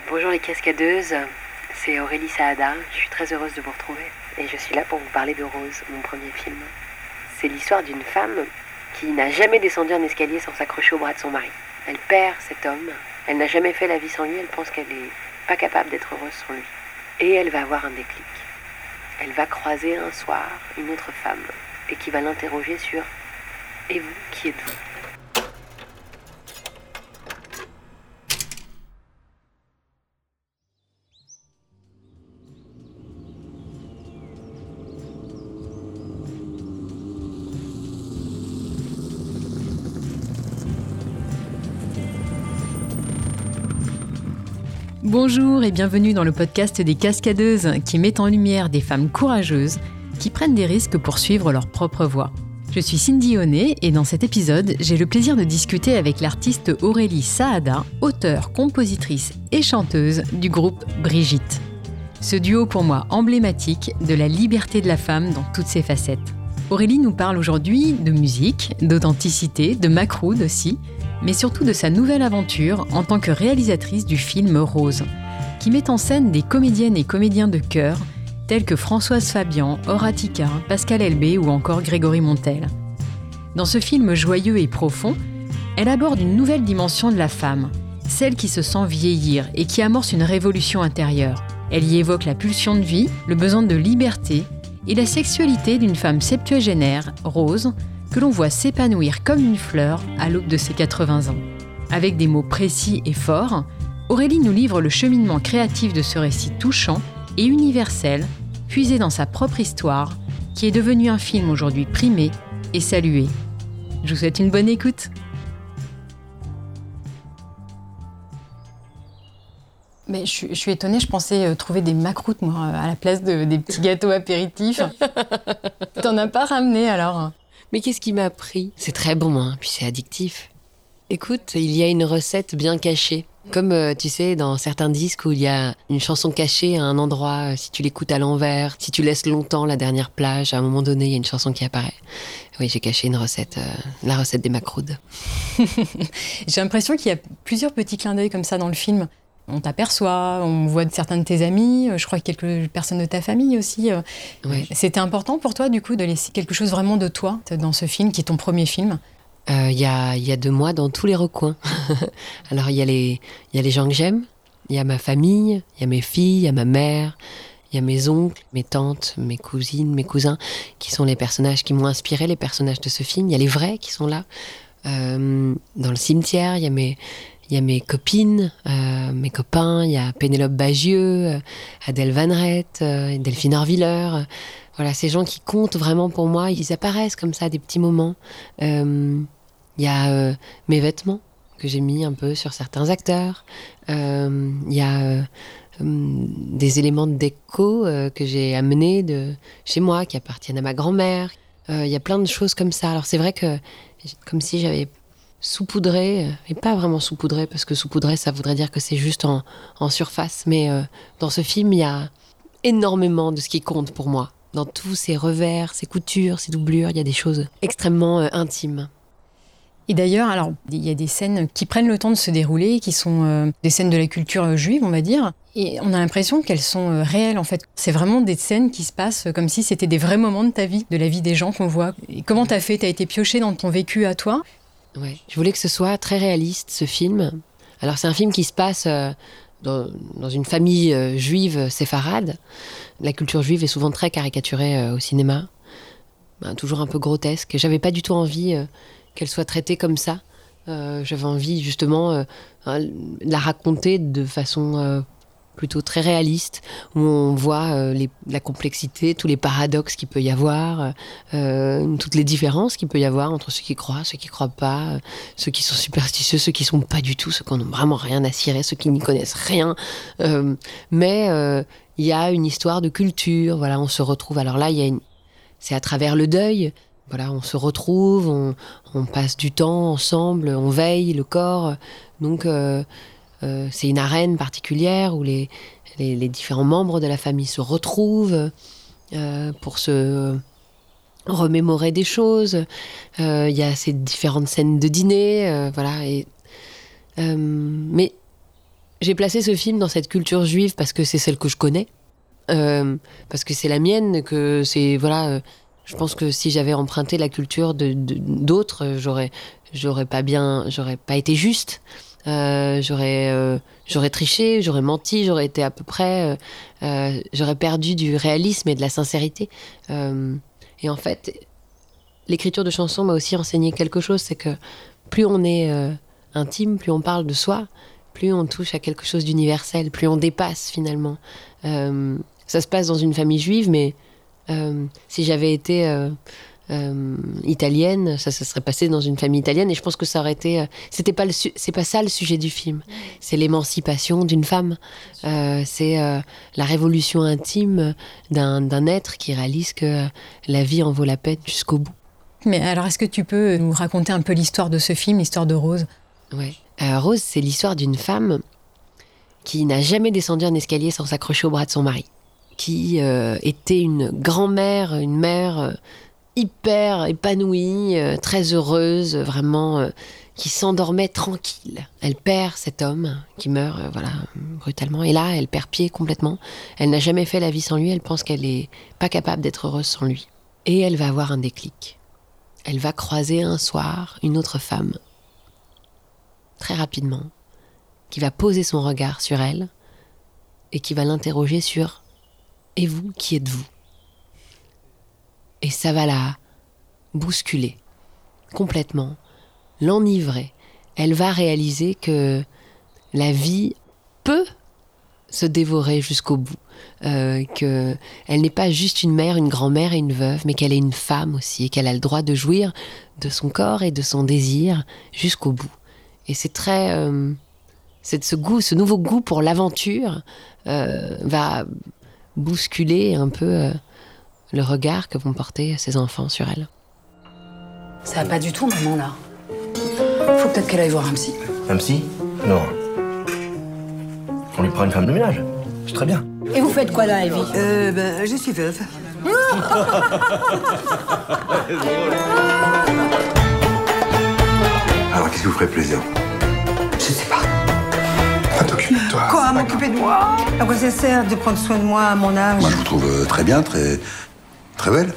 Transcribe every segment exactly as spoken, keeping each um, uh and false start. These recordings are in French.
Bonjour les cascadeuses, c'est Aurélie Saada, je suis très heureuse de vous retrouver et je suis là pour vous parler de Rose, mon premier film. C'est l'histoire d'une femme qui n'a jamais descendu un escalier sans s'accrocher au bras de son mari. Elle perd cet homme, elle n'a jamais fait la vie sans lui, elle pense qu'elle n'est pas capable d'être heureuse sans lui. Et elle va avoir un déclic. Elle va croiser un soir une autre femme et qui va l'interroger sur « Et vous, qui êtes-vous » Bonjour et bienvenue dans le podcast des Cascadeuses qui met en lumière des femmes courageuses qui prennent des risques pour suivre leur propre voie. Je suis Cindy Honnet et dans cet épisode, j'ai le plaisir de discuter avec l'artiste Aurélie Saada, auteure, compositrice et chanteuse du groupe Brigitte. Ce duo pour moi emblématique de la liberté de la femme dans toutes ses facettes. Aurélie nous parle aujourd'hui de musique, d'authenticité, de macroude aussi, mais surtout de sa nouvelle aventure en tant que réalisatrice du film Rose, qui met en scène des comédiennes et comédiens de chœur tels que Françoise Fabian, Horatica, Pascal Elbé ou encore Grégory Montel. Dans ce film joyeux et profond, elle aborde une nouvelle dimension de la femme, celle qui se sent vieillir et qui amorce une révolution intérieure. Elle y évoque la pulsion de vie, le besoin de liberté et la sexualité d'une femme septuagénaire, Rose, que l'on voit s'épanouir comme une fleur à l'aube de ses quatre-vingts ans. Avec des mots précis et forts, Aurélie nous livre le cheminement créatif de ce récit touchant et universel, puisé dans sa propre histoire, qui est devenu un film aujourd'hui primé et salué. Je vous souhaite une bonne écoute. Mais je, suis, je suis étonnée, je pensais trouver des macroutes, moi, à la place de, des petits gâteaux apéritifs. T'en as pas ramené, alors ? Mais qu'est-ce qui m'a pris ? C'est très bon, hein, puis c'est addictif. Écoute, il y a une recette bien cachée. Comme, euh, tu sais, dans certains disques où il y a une chanson cachée à un endroit, euh, si tu l'écoutes à l'envers, si tu laisses longtemps la dernière plage, à un moment donné, il y a une chanson qui apparaît. Oui, j'ai caché une recette, euh, la recette des macroudes. J'ai l'impression qu'il y a plusieurs petits clins d'œil comme ça dans le film. On t'aperçoit, on voit certains de tes amis, je crois quelques personnes de ta famille aussi. Ouais. C'était important pour toi, du coup, de laisser quelque chose vraiment de toi dans ce film, qui est ton premier film ? Il euh, y, a, y a de moi dans tous les recoins. Alors, il y, y a les gens que j'aime, il y a ma famille, il y a mes filles, il y a ma mère, il y a mes oncles, mes tantes, mes cousines, mes cousins, qui sont les personnages qui m'ont inspiré, les personnages de ce film. Il y a les vrais qui sont là. Euh, dans le cimetière, il y a mes... Il y a mes copines, euh, mes copains, il y a Pénélope Bagieux, euh, Adèle Van Rett, euh, Delphine Orviller. Euh, voilà, ces gens qui comptent vraiment pour moi, ils apparaissent comme ça, des petits moments. Euh, il y a euh, mes vêtements que j'ai mis un peu sur certains acteurs. Euh, il y a euh, des éléments de déco euh, que j'ai amenés de chez moi, qui appartiennent à ma grand-mère. Euh, il y a plein de choses comme ça. Alors c'est vrai que, comme si j'avais saupoudré, et pas vraiment saupoudré, parce que saupoudré, ça voudrait dire que c'est juste en, en surface, mais euh, dans ce film, il y a énormément de ce qui compte pour moi. Dans tous ces revers, ces coutures, ces doublures, il y a des choses extrêmement euh, intimes. Et d'ailleurs, alors, il y a des scènes qui prennent le temps de se dérouler, qui sont euh, des scènes de la culture juive, on va dire, et on a l'impression qu'elles sont euh, réelles, en fait. C'est vraiment des scènes qui se passent comme si c'était des vrais moments de ta vie, de la vie des gens qu'on voit. Et comment t'as fait ? T'as été pioché dans ton vécu à toi ? Ouais. Je voulais que ce soit très réaliste, ce film. Alors, c'est un film qui se passe euh, dans, dans une famille euh, juive séfarade. La culture juive est souvent très caricaturée euh, au cinéma, ben, toujours un peu grotesque. J'avais pas du tout envie euh, qu'elle soit traitée comme ça. Euh, j'avais envie, justement, euh, de la raconter de façon euh, plutôt très réaliste, où on voit euh, les, la complexité, tous les paradoxes qu'il peut y avoir, euh, toutes les différences qu'il peut y avoir entre ceux qui croient, ceux qui croient pas, euh, ceux qui sont superstitieux, ceux qui sont pas du tout, ceux qui n'ont vraiment rien à cirer, ceux qui n'y connaissent rien. Euh, mais il euh, y a une histoire de culture, voilà, on se retrouve. Alors là, il y a une... c'est à travers le deuil. Voilà, on se retrouve, on, on passe du temps ensemble, on veille le corps. Donc, euh, euh, c'est une arène particulière où les, les, les différents membres de la famille se retrouvent euh, pour se remémorer des choses. Il euh, y a ces différentes scènes de dîner, euh, voilà. Et, euh, mais j'ai placé ce film dans cette culture juive parce que c'est celle que je connais, euh, parce que c'est la mienne, que c'est voilà. Euh, je pense que si j'avais emprunté la culture de, de, d'autres, j'aurais, j'aurais pas bien, j'aurais pas été juste. Euh, j'aurais, euh, j'aurais triché, j'aurais menti, j'aurais été à peu près, euh, euh, j'aurais perdu du réalisme et de la sincérité. Euh, et en fait, l'écriture de chansons m'a aussi enseigné quelque chose, c'est que plus on est euh, intime, plus on parle de soi, plus on touche à quelque chose d'universel, plus on dépasse finalement. Euh, ça se passe dans une famille juive, mais euh, si j'avais été euh, euh, italienne, ça se serait passé dans une famille italienne, et je pense que ça aurait été. Euh, c'était pas le su- c'est pas ça le sujet du film. C'est l'émancipation d'une femme. Euh, c'est euh, la révolution intime d'un, d'un être qui réalise que la vie en vaut la peine jusqu'au bout. Mais alors, est-ce que tu peux nous raconter un peu l'histoire de ce film, l'histoire de Rose ? Ouais. Euh, Rose, c'est l'histoire d'une femme qui n'a jamais descendu un escalier sans s'accrocher au bras de son mari, qui euh, était une grand-mère, une mère euh, hyper épanouie, euh, très heureuse, vraiment, euh, qui s'endormait tranquille. Elle perd cet homme qui meurt, euh, voilà, brutalement, et là, elle perd pied complètement. Elle n'a jamais fait la vie sans lui, elle pense qu'elle n'est pas capable d'être heureuse sans lui. Et elle va avoir un déclic. Elle va croiser un soir une autre femme, très rapidement, qui va poser son regard sur elle et qui va l'interroger sur « Et vous, qui êtes-vous » Et ça va la bousculer complètement, l'enivrer. Elle va réaliser que la vie peut se dévorer jusqu'au bout. Euh, qu'elle n'est pas juste une mère, une grand-mère et une veuve, mais qu'elle est une femme aussi, et qu'elle a le droit de jouir de son corps et de son désir jusqu'au bout. Et c'est très... Euh, c'est ce goût, ce nouveau goût pour l'aventure euh, va bousculer un peu euh, le regard que vont porter ses enfants sur elle. Ça va pas du tout, maman, là. Faut peut-être qu'elle aille voir un psy. Un psy ? Non. On lui prend une femme de ménage. C'est très bien. Et vous faites quoi dans la vie ? Euh, ben, je suis veuve. Alors, qu'est-ce qui vous ferait plaisir ? Je sais pas. Ah, t'occuper de toi. Quoi, m'occuper de moi ? À quoi ça sert de prendre soin de moi à mon âge ? Moi, je vous trouve euh, très bien, très... très belle.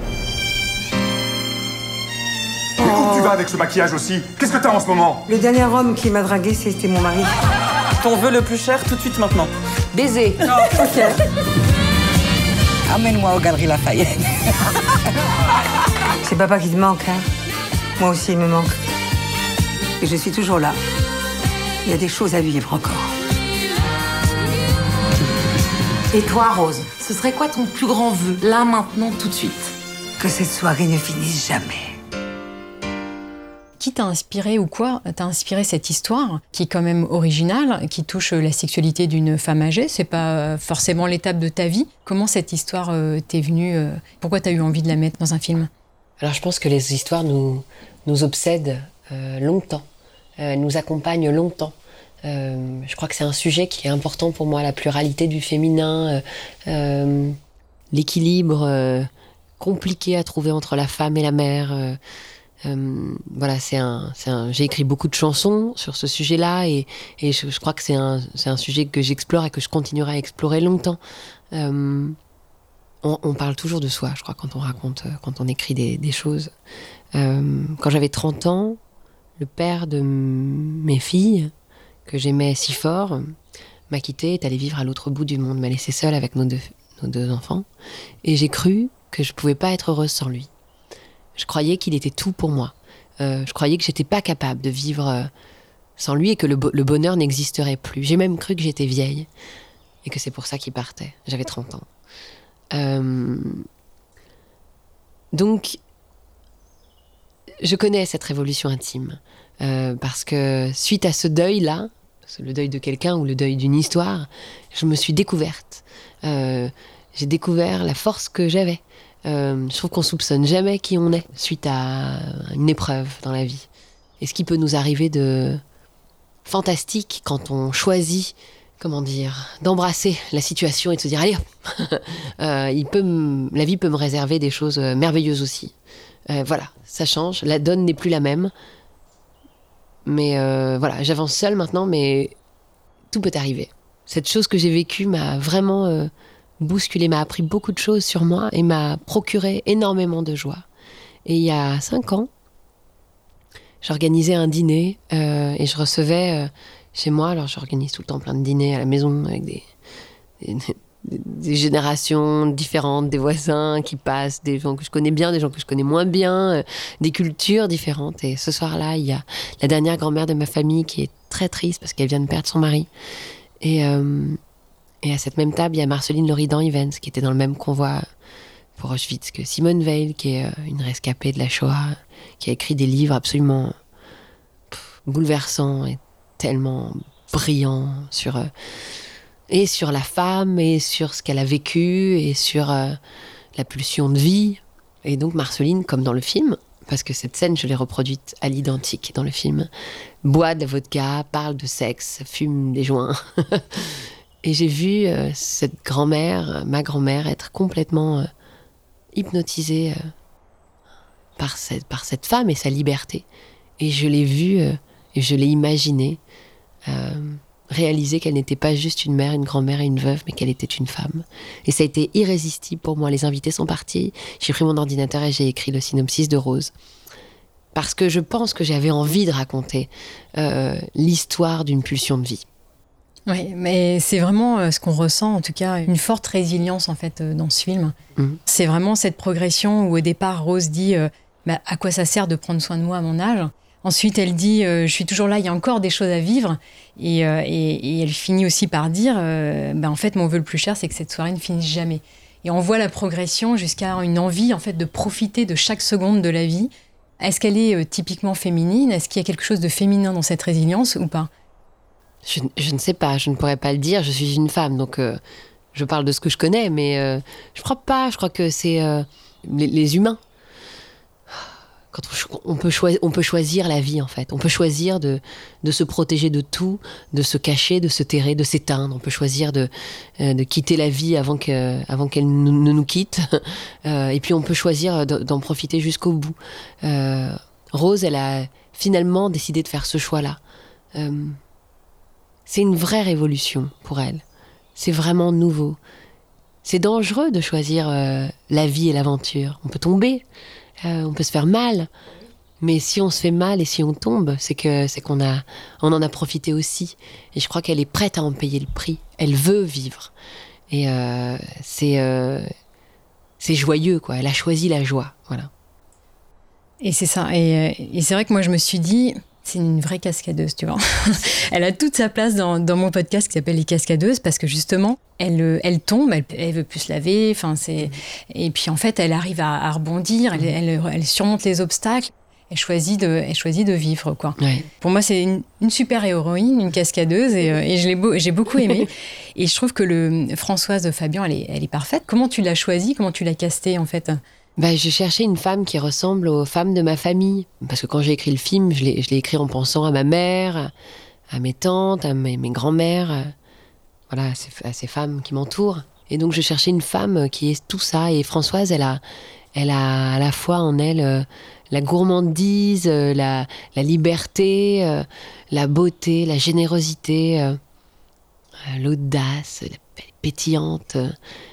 Mais où tu vas avec ce maquillage aussi ? Qu'est-ce que t'as en ce moment ? Le dernier homme qui m'a dragué, c'était mon mari. Ton vœu le plus cher, tout de suite maintenant. Baiser. Ok. Emmène-moi aux Galeries Lafayette. C'est papa qui te manque, hein. Moi aussi, il me manque. Et je suis toujours là. Il y a des choses à vivre encore. Et toi, Rose, ce serait quoi ton plus grand vœu, là, maintenant, tout de suite ? Que cette soirée ne finisse jamais. Qui t'a inspiré ou quoi t'a inspiré cette histoire, qui est quand même originale, qui touche la sexualité d'une femme âgée ? C'est pas forcément l'étape de ta vie. Comment cette histoire euh, t'est venue euh, Pourquoi t'as eu envie de la mettre dans un film ? Alors je pense que les histoires nous, nous obsèdent euh, longtemps, euh, nous accompagnent longtemps. Euh, je crois que c'est un sujet qui est important pour moi, la pluralité du féminin, euh, euh, l'équilibre euh, compliqué à trouver entre la femme et la mère. Euh, euh, voilà, c'est un, c'est un, j'ai écrit beaucoup de chansons sur ce sujet-là et, et je, je crois que c'est un, c'est un sujet que j'explore et que je continuerai à explorer longtemps. Euh, on, on parle toujours de soi, je crois, quand on raconte, quand on écrit des, des choses. Euh, quand j'avais trente ans, le père de m- mes filles, que j'aimais si fort, m'a quitté, est allé vivre à l'autre bout du monde, m'a laissé seule avec nos deux, nos deux enfants. Et j'ai cru que je pouvais pas être heureuse sans lui. Je croyais qu'il était tout pour moi. Euh, je croyais que j'étais pas capable de vivre euh, sans lui et que le, bo- le bonheur n'existerait plus. J'ai même cru que j'étais vieille et que c'est pour ça qu'il partait. J'avais trente ans. Euh... Donc, je connais cette révolution intime euh, parce que suite à ce deuil-là, le deuil de quelqu'un ou le deuil d'une histoire, je me suis découverte. Euh, j'ai découvert la force que j'avais. Euh, je trouve qu'on soupçonne jamais qui on est suite à une épreuve dans la vie. Et ce qui peut nous arriver de fantastique quand on choisit, comment dire, d'embrasser la situation et de se dire allez, euh, il peut m- la vie peut me réserver des choses merveilleuses aussi. Euh, voilà, ça change, la donne n'est plus la même. Mais euh, voilà, j'avance seule maintenant, mais tout peut arriver. Cette chose que j'ai vécue m'a vraiment euh, bousculée, m'a appris beaucoup de choses sur moi et m'a procuré énormément de joie. Et il y a cinq ans, j'organisais un dîner euh, et je recevais euh, chez moi, alors j'organise tout le temps plein de dîners à la maison avec des, des, des générations différentes, des voisins qui passent, des gens que je connais bien, des gens que je connais moins bien, euh, des cultures différentes. Et ce soir-là, il y a la dernière grand-mère de ma famille qui est très triste parce qu'elle vient de perdre son mari. Et, euh, et à cette même table, il y a Marceline Loridan-Ivens qui était dans le même convoi pour Auschwitz que Simone Veil, qui est une rescapée de la Shoah, qui a écrit des livres absolument pff, bouleversants et tellement brillants sur, euh, et sur la femme, et sur ce qu'elle a vécu, et sur euh, la pulsion de vie. Et donc Marceline, comme dans le film, parce que cette scène, je l'ai reproduite à l'identique dans le film, boit de la vodka, parle de sexe, fume des joints. Et j'ai vu euh, cette grand-mère, ma grand-mère, être complètement... Euh, hypnotisée euh, par, cette, par cette femme et sa liberté. Et je l'ai vue, euh, et je l'ai imaginée, euh, réaliser qu'elle n'était pas juste une mère, une grand-mère et une veuve, mais qu'elle était une femme. Et ça a été irrésistible pour moi. Les invités sont partis, j'ai pris mon ordinateur et j'ai écrit le synopsis de Rose. Parce que je pense que j'avais envie de raconter euh, l'histoire d'une pulsion de vie. Oui, mais c'est vraiment ce qu'on ressent, en tout cas, une forte résilience en fait dans ce film. Mmh. C'est vraiment cette progression où au départ, Rose dit euh, bah, à quoi ça sert de prendre soin de moi à mon âge. Ensuite, elle dit euh, je suis toujours là, il y a encore des choses à vivre. Et, euh, et, et elle finit aussi par dire euh, bah, en fait, mon vœu le plus cher, c'est que cette soirée ne finisse jamais. Et on voit la progression jusqu'à une envie en fait de profiter de chaque seconde de la vie. Est-ce qu'elle est euh, typiquement féminine ? Est-ce qu'il y a quelque chose de féminin dans cette résilience ou pas ? Je, je ne sais pas, je ne pourrais pas le dire, je suis une femme, donc euh, je parle de ce que je connais, mais euh, je crois pas, je crois que c'est euh, les, les humains. Quand on, on, peut choisir, on peut choisir la vie, en fait. On peut choisir de, de se protéger de tout, de se cacher, de se terrer, de s'éteindre. On peut choisir de, euh, de quitter la vie avant, que, avant qu'elle ne nous, nous quitte. Euh, et puis on peut choisir d'en profiter jusqu'au bout. Euh, Rose, elle a finalement décidé de faire ce choix-là. Euh, C'est une vraie révolution pour elle. C'est vraiment nouveau. C'est dangereux de choisir euh, la vie et l'aventure. On peut tomber, euh, on peut se faire mal. Mais si on se fait mal et si on tombe, c'est que c'est qu'on a, on en a profité aussi. Et je crois qu'elle est prête à en payer le prix. Elle veut vivre. Et euh, c'est, euh, c'est joyeux, quoi. Elle a choisi la joie, voilà. Et c'est ça. Et, et c'est vrai que moi, je me suis dit... C'est une vraie cascadeuse, tu vois. Elle a toute sa place dans, dans mon podcast qui s'appelle Les Cascadeuses parce que justement, elle, elle tombe, elle, elle veut plus se laver. Enfin, c'est... Et puis en fait, elle arrive à, à rebondir, elle, elle, elle surmonte les obstacles. Elle choisit de, elle choisit de vivre, quoi. Ouais. Pour moi, c'est une, une super héroïne, une cascadeuse, et, et je l'ai beau, j'ai beaucoup aimé. Et je trouve que le, Françoise Fabian, elle est, elle est parfaite. Comment tu l'as choisie ? Comment tu l'as castée, en fait ? Bah, je cherchais une femme qui ressemble aux femmes de ma famille. Parce que quand j'ai écrit le film, je l'ai, je l'ai écrit en pensant à ma mère, à mes tantes, à mes, mes grands-mères, voilà, à ces, à ces femmes qui m'entourent. Et donc je cherchais une femme qui est tout ça. Et Françoise, elle a, elle a à la fois en elle euh, la gourmandise, euh, la, la liberté, euh, la beauté, la générosité, euh, l'audace, elle est pétillante. Euh,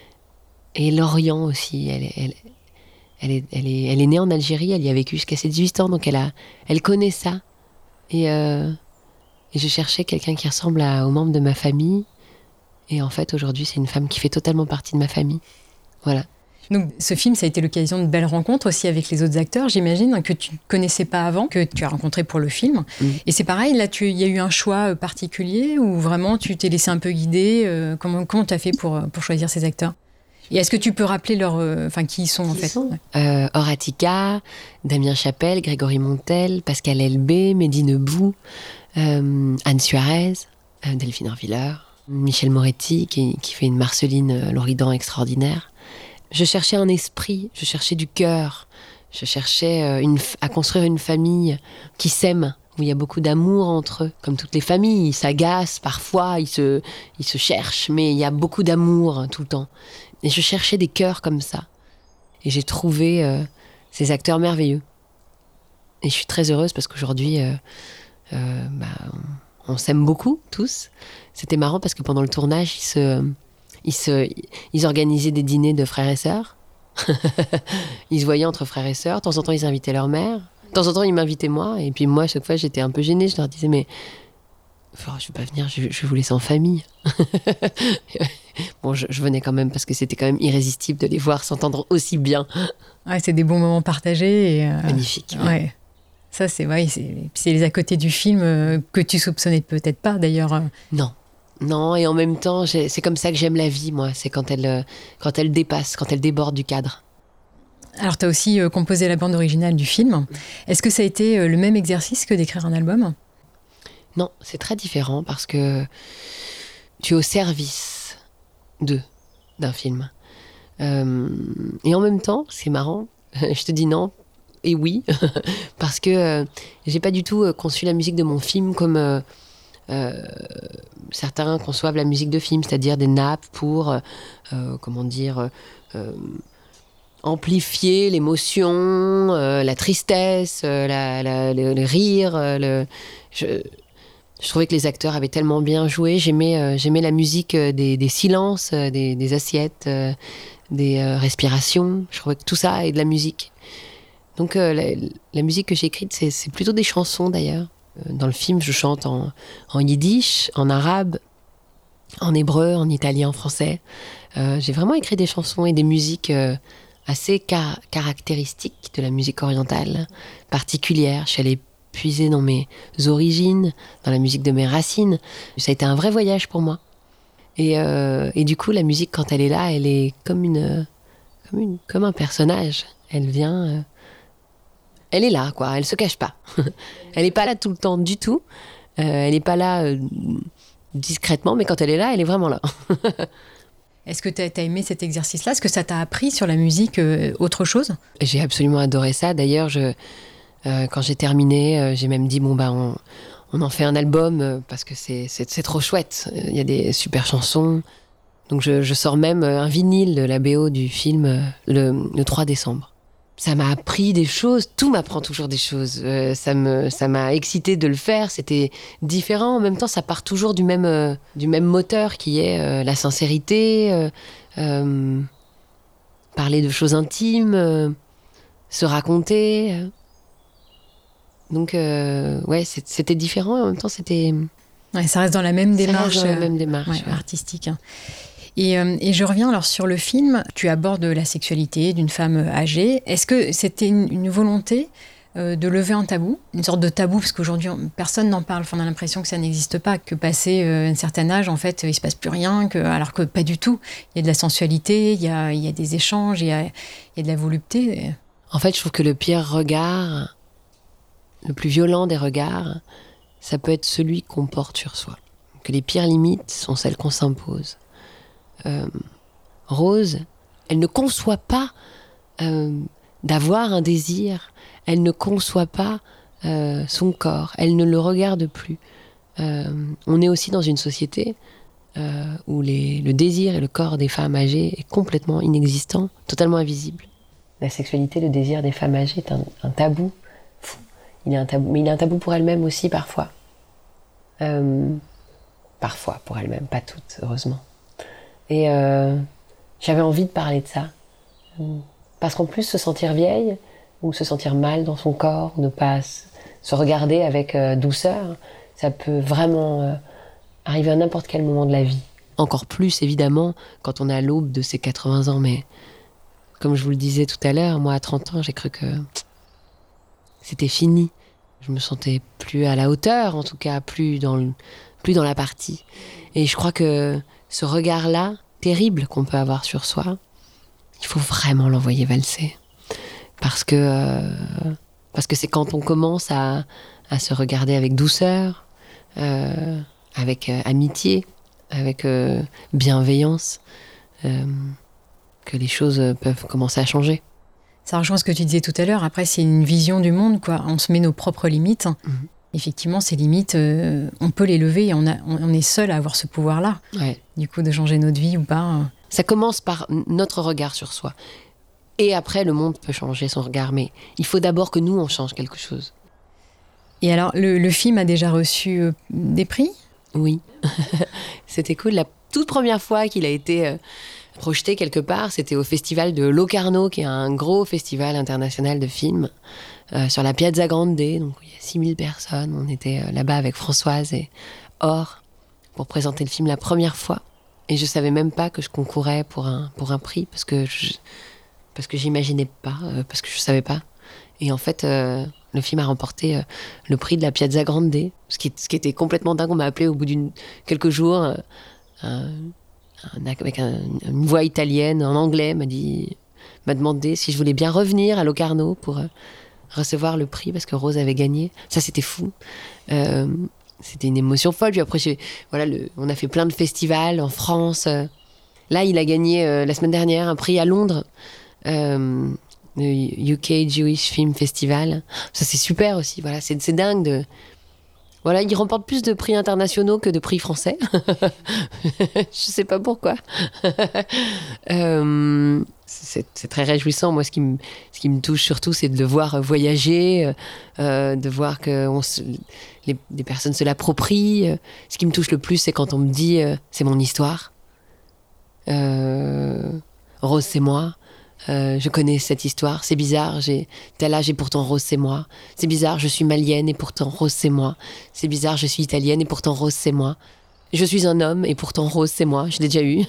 et l'Orient aussi, elle, elle Elle est, elle, est, elle est née en Algérie, elle y a vécu jusqu'à ses dix-huit ans, donc elle, a, elle connaît ça. Et, euh, et je cherchais quelqu'un qui ressemble à, aux membres de ma famille. Et en fait, aujourd'hui, c'est une femme qui fait totalement partie de ma famille. Voilà. Donc, ce film, ça a été l'occasion de belles rencontres aussi avec les autres acteurs, j'imagine, que tu ne connaissais pas avant, que tu as rencontré pour le film. Mmh. Et c'est pareil, là, il y a eu un choix particulier ou vraiment tu t'es laissé un peu guider euh, Comment tu as fait pour, pour choisir ces acteurs ? Et est-ce que tu peux rappeler leur, enfin, euh, qui ils sont qui en fait sont euh, Horatica, Damien Chapelle, Grégory Montel, Pascal Elbé, Mehdi Nebou, euh, Anne Suarez, euh, Delphine Orviller, Michel Moretti, qui, qui fait une Marceline Loridan extraordinaire. Je cherchais un esprit, je cherchais du cœur, je cherchais euh, une, à construire une famille qui s'aime, où il y a beaucoup d'amour entre eux. Comme toutes les familles, ils s'agacent parfois, ils se, ils se cherchent, mais il y a beaucoup d'amour tout le temps. Et je cherchais des cœurs comme ça. Et j'ai trouvé euh, ces acteurs merveilleux. Et je suis très heureuse parce qu'aujourd'hui, euh, euh, bah, on s'aime beaucoup tous. C'était marrant parce que pendant le tournage, ils, se, ils, se, ils organisaient des dîners de frères et sœurs. Ils se voyaient entre frères et sœurs. De temps en temps, ils invitaient leur mère. De temps en temps, ils m'invitaient moi. Et puis moi, à chaque fois, j'étais un peu gênée. Je leur disais, mais oh, je ne vais pas venir, je, je vais vous laisser en famille. Bon, je, je venais quand même parce que c'était quand même irrésistible de les voir s'entendre aussi bien. Ouais, c'est des bons moments partagés. Et, euh, magnifique. Ouais. ouais. Ça, c'est vrai. C'est, c'est les à côté du film euh, que tu soupçonnais peut-être pas, d'ailleurs. Non. Non, et en même temps, j'ai, c'est comme ça que j'aime la vie, moi. C'est quand elle, euh, quand elle dépasse, quand elle déborde du cadre. Alors, tu as aussi euh, composé la bande originale du film. Est-ce que ça a été euh, le même exercice que d'écrire un album ? Non, c'est très différent parce que tu es au service de, d'un film. Euh, et en même temps, c'est marrant, je te dis non et oui, parce que euh, j'ai pas du tout euh, conçu la musique de mon film comme euh, euh, certains conçoivent la musique de film, c'est-à-dire des nappes pour, euh, euh, comment dire, euh, amplifier l'émotion, euh, la tristesse, euh, la, la, le, le rire. Euh, le, je, je trouvais que les acteurs avaient tellement bien joué. J'aimais, euh, j'aimais la musique des, des silences, des, des assiettes, euh, des euh, respirations. Je trouvais que tout ça est de la musique. Donc euh, la, la musique que j'ai écrite, c'est, c'est plutôt des chansons d'ailleurs. Dans le film, je chante en, en yiddish, en arabe, en hébreu, en italien, en français. Euh, j'ai vraiment écrit des chansons et des musiques euh, assez car- caractéristiques de la musique orientale, particulière. Je suis allée puiser dans mes origines, dans la musique de mes racines. Ça a été un vrai voyage pour moi. Et, euh, et du coup, la musique, quand elle est là, elle est comme, une, comme, une, comme un personnage. Elle vient... Euh, elle est là, quoi. Elle se cache pas. Elle n'est pas là tout le temps du tout. Euh, elle n'est pas là euh, discrètement, mais quand elle est là, elle est vraiment là. Est-ce que tu as aimé cet exercice-là ? Est-ce que ça t'a appris sur la musique euh, autre chose ? J'ai absolument adoré ça. D'ailleurs, je, euh, quand j'ai terminé, euh, j'ai même dit, bon, bah, on, on en fait un album euh, parce que c'est, c'est, c'est trop chouette. Il y a des super chansons. Donc, je, je sors même un vinyle de la B O du film euh, le, le trois décembre. Ça m'a appris des choses, tout m'apprend toujours des choses. Euh, ça, me, ça m'a excité de le faire, c'était différent. En même temps, ça part toujours du même, euh, du même moteur qui est euh, la sincérité, euh, euh, parler de choses intimes, euh, se raconter. Euh. Donc, euh, ouais, c'est, c'était différent et en même temps, c'était... Ouais, ça reste dans la même démarche. Ça reste dans la même démarche, ouais, ouais. artistique. Et, euh, et je reviens alors sur le film. Tu abordes la sexualité d'une femme âgée. Est-ce que c'était une, une volonté euh, de lever un tabou, une sorte de tabou, parce qu'aujourd'hui on, personne n'en parle. Enfin, on a l'impression que ça n'existe pas, que passé euh, un certain âge, en fait, il se passe plus rien, que, alors que pas du tout. Il y a de la sensualité, il y a, il y a des échanges, il y a, il y a de la volupté. En fait, je trouve que le pire regard, le plus violent des regards, ça peut être celui qu'on porte sur soi. Que les pires limites sont celles qu'on s'impose. Euh, Rose, elle ne conçoit pas euh, d'avoir un désir, elle ne conçoit pas euh, son corps, elle ne le regarde plus. Euh, on est aussi dans une société euh, où les, le désir et le corps des femmes âgées est complètement inexistant, totalement invisible. La sexualité, le désir des femmes âgées est un, un tabou fou. Il est un tabou, mais il est un tabou pour elles-mêmes aussi parfois. Euh, parfois pour elles-mêmes, pas toutes, heureusement. Et euh, j'avais envie de parler de ça. Parce qu'en plus, se sentir vieille, ou se sentir mal dans son corps, ne pas se regarder avec euh, douceur, ça peut vraiment euh, arriver à n'importe quel moment de la vie. Encore plus, évidemment, quand on est à l'aube de ses quatre-vingts ans. Mais comme je vous le disais tout à l'heure, moi, à trente ans, j'ai cru que c'était fini. Je me sentais plus à la hauteur, en tout cas, plus dans, le, plus dans la partie. Et je crois que ce regard-là, terrible qu'on peut avoir sur soi, il faut vraiment l'envoyer valser. Parce que, euh, parce que c'est quand on commence à, à se regarder avec douceur, euh, avec euh, amitié, avec euh, bienveillance, euh, que les choses peuvent commencer à changer. Ça rejoint ce que tu disais tout à l'heure. Après, c'est une vision du monde, quoi. On se met nos propres limites. Mmh. Effectivement, ces limites, euh, on peut les lever et on, a, on est seul à avoir ce pouvoir-là. Ouais. Du coup, de changer notre vie ou pas. Ça commence par notre regard sur soi. Et après, le monde peut changer son regard. Mais il faut d'abord que nous, on change quelque chose. Et alors, le, le film a déjà reçu euh, des prix ? Oui, c'était cool. La toute première fois qu'il a été euh, projeté quelque part, c'était au festival de Locarno, qui est un gros festival international de films, euh, sur la Piazza Grande. Donc il y a six mille personnes. On était euh, là-bas avec Françoise et Or pour présenter le film la première fois. Et je savais même pas que je concourais pour un, pour un prix, parce que je, parce que j'imaginais pas, euh, parce que je savais pas. Et en fait, euh, le film a remporté euh, le prix de la Piazza Grande, ce qui, ce qui était complètement dingue. On m'a appelé au bout de quelques jours, euh, un, un, avec un, une voix italienne, en anglais, m'a dit, m'a demandé si je voulais bien revenir à Locarno pour euh, recevoir le prix, parce que Rose avait gagné. Ça, c'était fou. Euh, c'était une émotion folle. Puis après, j'ai, voilà, le, on a fait plein de festivals en France. Euh, là, il a gagné euh, la semaine dernière un prix à Londres. Euh, le U K Jewish Film Festival. Ça, c'est super aussi. Voilà, c'est, c'est dingue de... Voilà, il remporte plus de prix internationaux que de prix français. Je sais pas pourquoi. euh, c'est, c'est très réjouissant. Moi, ce qui me, ce qui me touche surtout, c'est de le voir voyager, euh, de voir que on se, les, les personnes se l'approprient. Ce qui me touche le plus, c'est quand on me dit euh, c'est mon histoire. Euh, Rose, c'est moi. Euh, je connais cette histoire, c'est bizarre, j'ai tel âge et pourtant Rose c'est moi. C'est bizarre, je suis malienne et pourtant Rose c'est moi. C'est bizarre, je suis italienne et pourtant Rose c'est moi. Je suis un homme et pourtant Rose c'est moi, je l'ai déjà eu.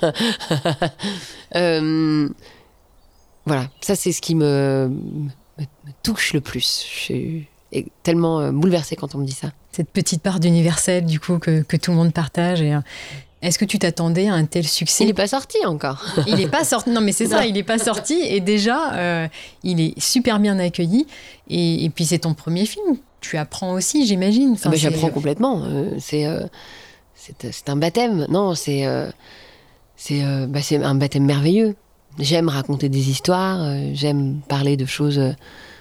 euh, voilà, ça c'est ce qui me, me, me touche le plus. Je suis tellement bouleversée quand on me dit ça. Cette petite part d'universel du coup que, que tout le monde partage et... Est-ce que tu t'attendais à un tel succès ? Il n'est pas sorti encore. Il n'est pas sorti. Non, mais c'est ça, il n'est pas sorti. Et déjà, euh, il est super bien accueilli. Et, et puis, c'est ton premier film. Tu apprends aussi, j'imagine. Enfin, mais c'est... j'apprends complètement. Euh, c'est, euh, c'est, c'est un baptême. Non, c'est, euh, c'est, euh, bah, c'est un baptême merveilleux. J'aime raconter des histoires. Euh, j'aime parler de choses euh,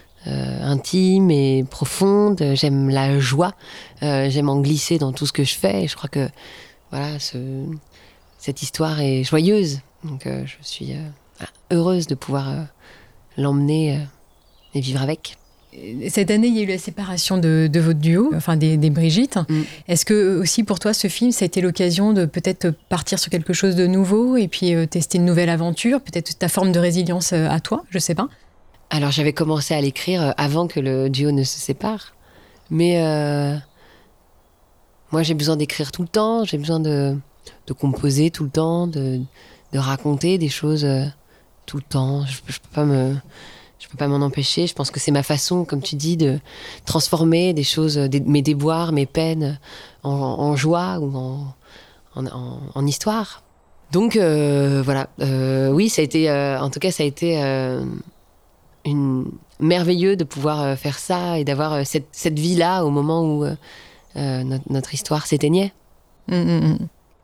intimes et profondes. J'aime la joie. Euh, j'aime en glisser dans tout ce que je fais. Et je crois que voilà, ce, cette histoire est joyeuse. Donc euh, je suis euh, heureuse de pouvoir euh, l'emmener euh, et vivre avec. Cette année, il y a eu la séparation de, de votre duo, enfin des, des Brigitte. Mm. Est-ce que aussi pour toi, ce film, ça a été l'occasion de peut-être partir sur quelque chose de nouveau et puis euh, tester une nouvelle aventure, peut-être ta forme de résilience euh, à toi, je sais pas. Alors j'avais commencé à l'écrire avant que le duo ne se sépare, mais... Euh... Moi, j'ai besoin d'écrire tout le temps, j'ai besoin de, de composer tout le temps, de, de raconter des choses euh, tout le temps. Je, je peux pas me, je peux pas m'en empêcher. Je pense que c'est ma façon, comme tu dis, de transformer des choses, des, mes déboires, mes peines, en, en joie ou en, en, en, en histoire. Donc euh, voilà. Euh, oui, ça a été, euh, en tout cas, ça a été euh, une merveilleux de pouvoir faire ça et d'avoir cette, cette vie-là au moment où euh, Euh, notre, notre histoire s'éteignait. Mmh, mmh.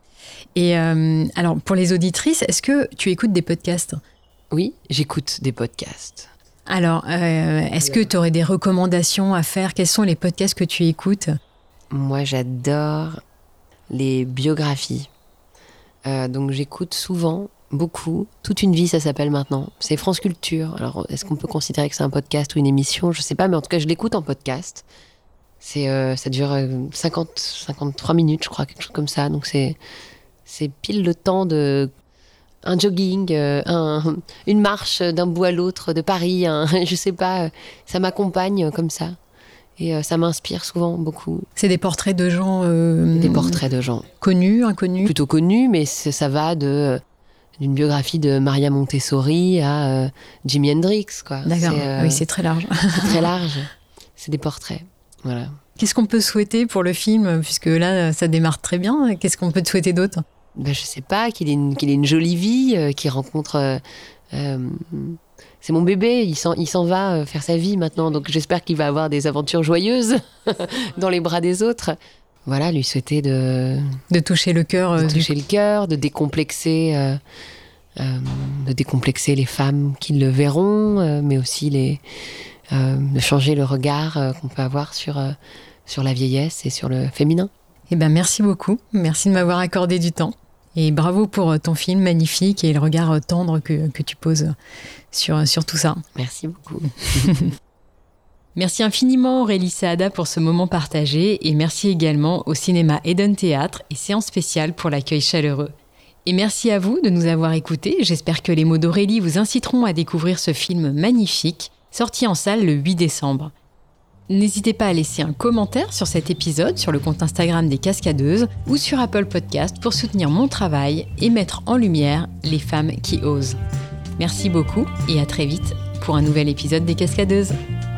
Et euh, alors, pour les auditrices, est-ce que tu écoutes des podcasts ? Oui, j'écoute des podcasts. Alors, euh, est-ce que tu aurais des recommandations à faire ? Quels sont les podcasts que tu écoutes ? Moi, j'adore les biographies. Euh, donc, j'écoute souvent, beaucoup. Toute une vie, ça s'appelle maintenant. C'est France Culture. Alors, est-ce qu'on peut considérer que c'est un podcast ou une émission ? Je ne sais pas, mais en tout cas, je l'écoute en podcast. C'est, euh, ça dure cinquante, cinquante-trois minutes, je crois, quelque chose comme ça. Donc c'est, c'est pile le temps de un jogging, euh, un, une marche d'un bout à l'autre de Paris. Un, je sais pas, ça m'accompagne comme ça. Et euh, ça m'inspire souvent beaucoup. C'est des portraits de gens... Euh, des portraits de gens. Connus, inconnus ? Plutôt connus, mais ça va de, d'une biographie de Maria Montessori à euh, Jimi Hendrix, quoi. D'accord, c'est, euh, oui, c'est très large. C'est très large. C'est des portraits. Voilà. Qu'est-ce qu'on peut souhaiter pour le film, puisque là, ça démarre très bien. Qu'est-ce qu'on peut te souhaiter d'autre ? Ben, je sais pas, qu'il ait une, qu'il ait une jolie vie, euh, qu'il rencontre... Euh, euh, c'est mon bébé, il s'en, il s'en va euh, faire sa vie maintenant, donc j'espère qu'il va avoir des aventures joyeuses dans les bras des autres. Voilà, lui souhaiter de... De toucher le cœur. Euh, de du... toucher le cœur, de décomplexer... Euh, euh, de décomplexer les femmes qui le verront, euh, mais aussi les... Euh, de changer le regard euh, qu'on peut avoir sur, euh, sur la vieillesse et sur le féminin. Eh ben, merci beaucoup. Merci de m'avoir accordé du temps. Et bravo pour ton film magnifique et le regard tendre que, que tu poses sur, sur tout ça. Merci beaucoup. Merci infiniment Aurélie Saada pour ce moment partagé et merci également au cinéma Eden Théâtre et Séance Spéciale pour l'accueil chaleureux. Et merci à vous de nous avoir écoutés. J'espère que les mots d'Aurélie vous inciteront à découvrir ce film magnifique, sorti en salle le huit décembre. N'hésitez pas à laisser un commentaire sur cet épisode sur le compte Instagram des Cascadeuses ou sur Apple Podcast pour soutenir mon travail et mettre en lumière les femmes qui osent. Merci beaucoup et à très vite pour un nouvel épisode des Cascadeuses.